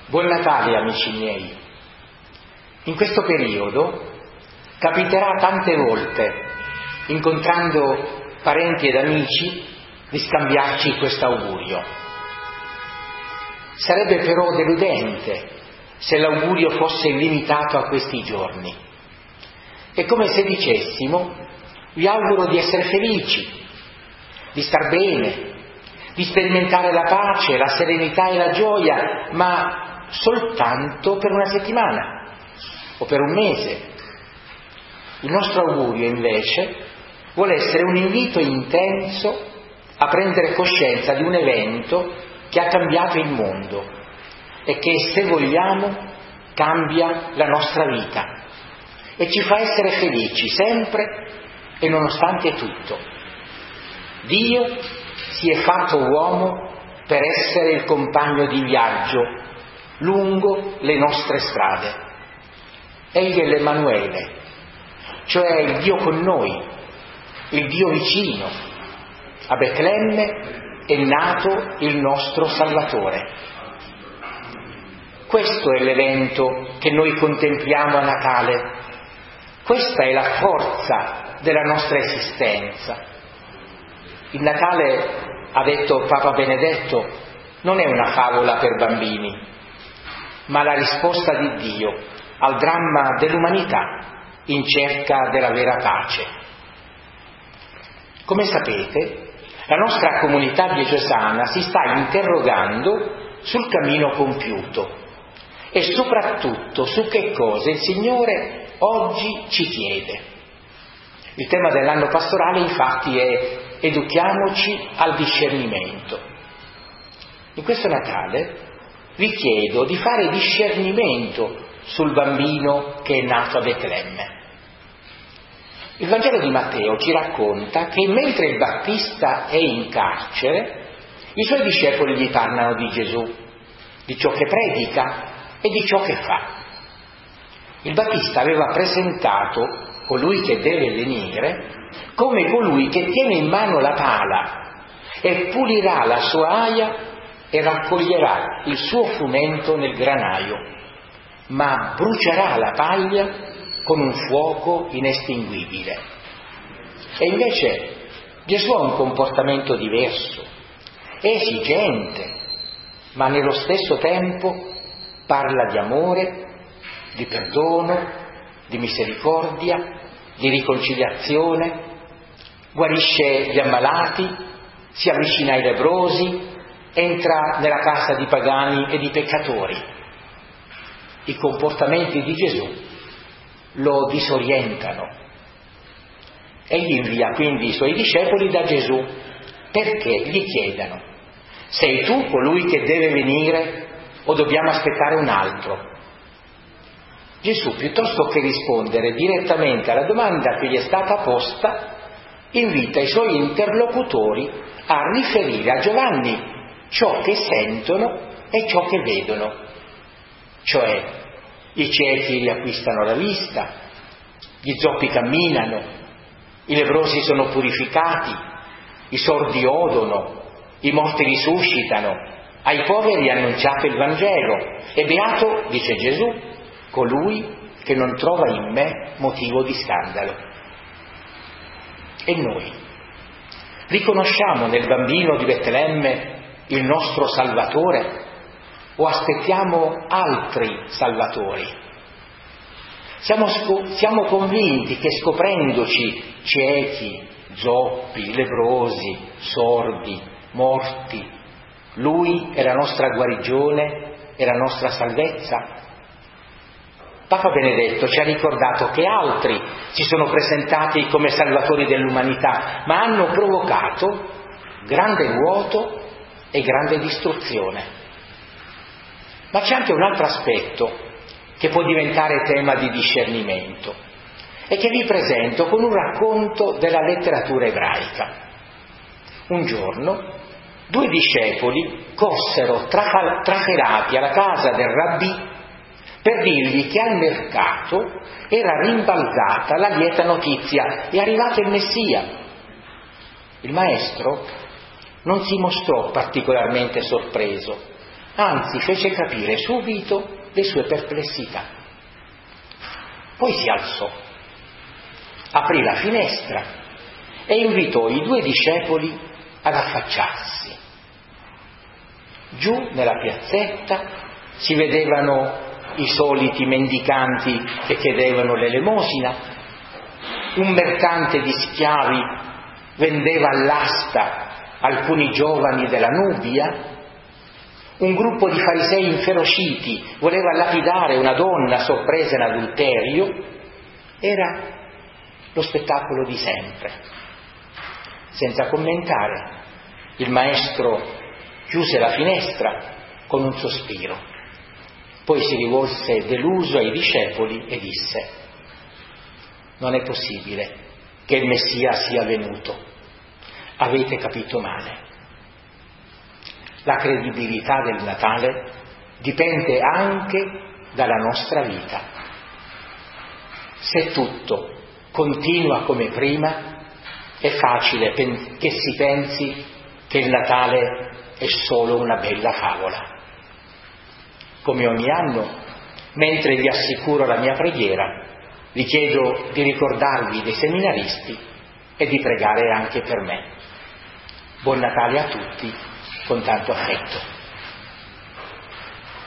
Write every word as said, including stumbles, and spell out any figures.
Buon Natale, amici miei. In questo periodo capiterà tante volte, incontrando parenti ed amici, di scambiarci questo augurio. Sarebbe però deludente se l'augurio fosse limitato a questi giorni. È come se dicessimo: vi auguro di essere felici, di star bene, di sperimentare la pace, la serenità e la gioia, ma soltanto per una settimana o per un mese. Il nostro augurio invece vuole essere un invito intenso a prendere coscienza di un evento che ha cambiato il mondo e che, se vogliamo, cambia la nostra vita e ci fa essere felici sempre e nonostante tutto. Dio si è fatto uomo per essere il compagno di viaggio lungo le nostre strade. Egli è l'Emanuele, cioè il Dio con noi, il Dio vicino. A Betlemme è nato il nostro Salvatore. Questo è l'evento che noi contempliamo a Natale. Questa è la forza della nostra esistenza. Il Natale, ha detto Papa Benedetto, non è una favola per bambini, ma la risposta di Dio al dramma dell'umanità in cerca della vera pace. Come sapete, la nostra comunità diocesana si sta interrogando sul cammino compiuto e soprattutto su che cosa il Signore oggi ci chiede. Il tema dell'anno pastorale infatti è: educhiamoci al discernimento. In questo Natale vi chiedo di fare discernimento sul bambino che è nato a Betlemme. Il Vangelo di Matteo ci racconta che mentre il Battista è in carcere, i suoi discepoli gli parlano di Gesù, di ciò che predica e di ciò che fa. Il Battista aveva presentato colui che deve venire come colui che tiene in mano la pala e pulirà la sua aia e raccoglierà il suo frumento nel granaio, ma brucerà la paglia con un fuoco inestinguibile. E invece Gesù ha un comportamento diverso, è esigente, ma nello stesso tempo parla di amore, di perdono, di misericordia, di riconciliazione, guarisce gli ammalati, si avvicina ai lebbrosi, entra nella casa di pagani e di peccatori. I comportamenti di Gesù lo disorientano. Egli invia quindi i suoi discepoli da Gesù perché gli chiedano: sei tu colui che deve venire o dobbiamo aspettare un altro? Gesù, piuttosto che rispondere direttamente alla domanda che gli è stata posta, invita i suoi interlocutori a riferire a Giovanni ciò che sentono e ciò che vedono. Cioè, i ciechi riacquistano la vista, gli zoppi camminano, i lebbrosi sono purificati, i sordi odono, i morti risuscitano, ai poveri è annunciato il Vangelo, e beato, dice Gesù, colui che non trova in me motivo di scandalo. E noi riconosciamo nel bambino di Betlemme il nostro Salvatore o aspettiamo altri Salvatori? Siamo, sco- siamo convinti che scoprendoci ciechi, zoppi, lebbrosi, sordi, morti, Lui è la nostra guarigione e la nostra salvezza? Papa Benedetto ci ha ricordato che altri si sono presentati come salvatori dell'umanità, ma hanno provocato grande vuoto e grande distruzione. Ma c'è anche un altro aspetto che può diventare tema di discernimento e che vi presento con un racconto della letteratura ebraica. Un giorno due discepoli corsero tra- trafelati alla casa del rabbì per dirgli che al mercato era rimbalzata la lieta notizia: è arrivato il Messia. Il maestro non si mostrò particolarmente sorpreso, anzi fece capire subito le sue perplessità. Poi si alzò, aprì la finestra e invitò i due discepoli ad affacciarsi. Giù nella piazzetta si vedevano i soliti mendicanti che chiedevano l'elemosina, un mercante di schiavi vendeva all'asta alcuni giovani della Nubia, un gruppo di farisei inferociti voleva lapidare una donna sorpresa in adulterio. Era lo spettacolo di sempre. Senza commentare, il maestro chiuse la finestra con un sospiro, poi si rivolse deluso ai discepoli e disse: non è possibile che il Messia sia venuto, avete capito male. La credibilità del Natale dipende anche dalla nostra vita. Se tutto continua come prima, è facile che si pensi che il Natale è solo una bella favola. Come ogni anno, mentre vi assicuro la mia preghiera, vi chiedo di ricordarvi dei seminaristi e di pregare anche per me. Buon Natale a tutti, con tanto affetto.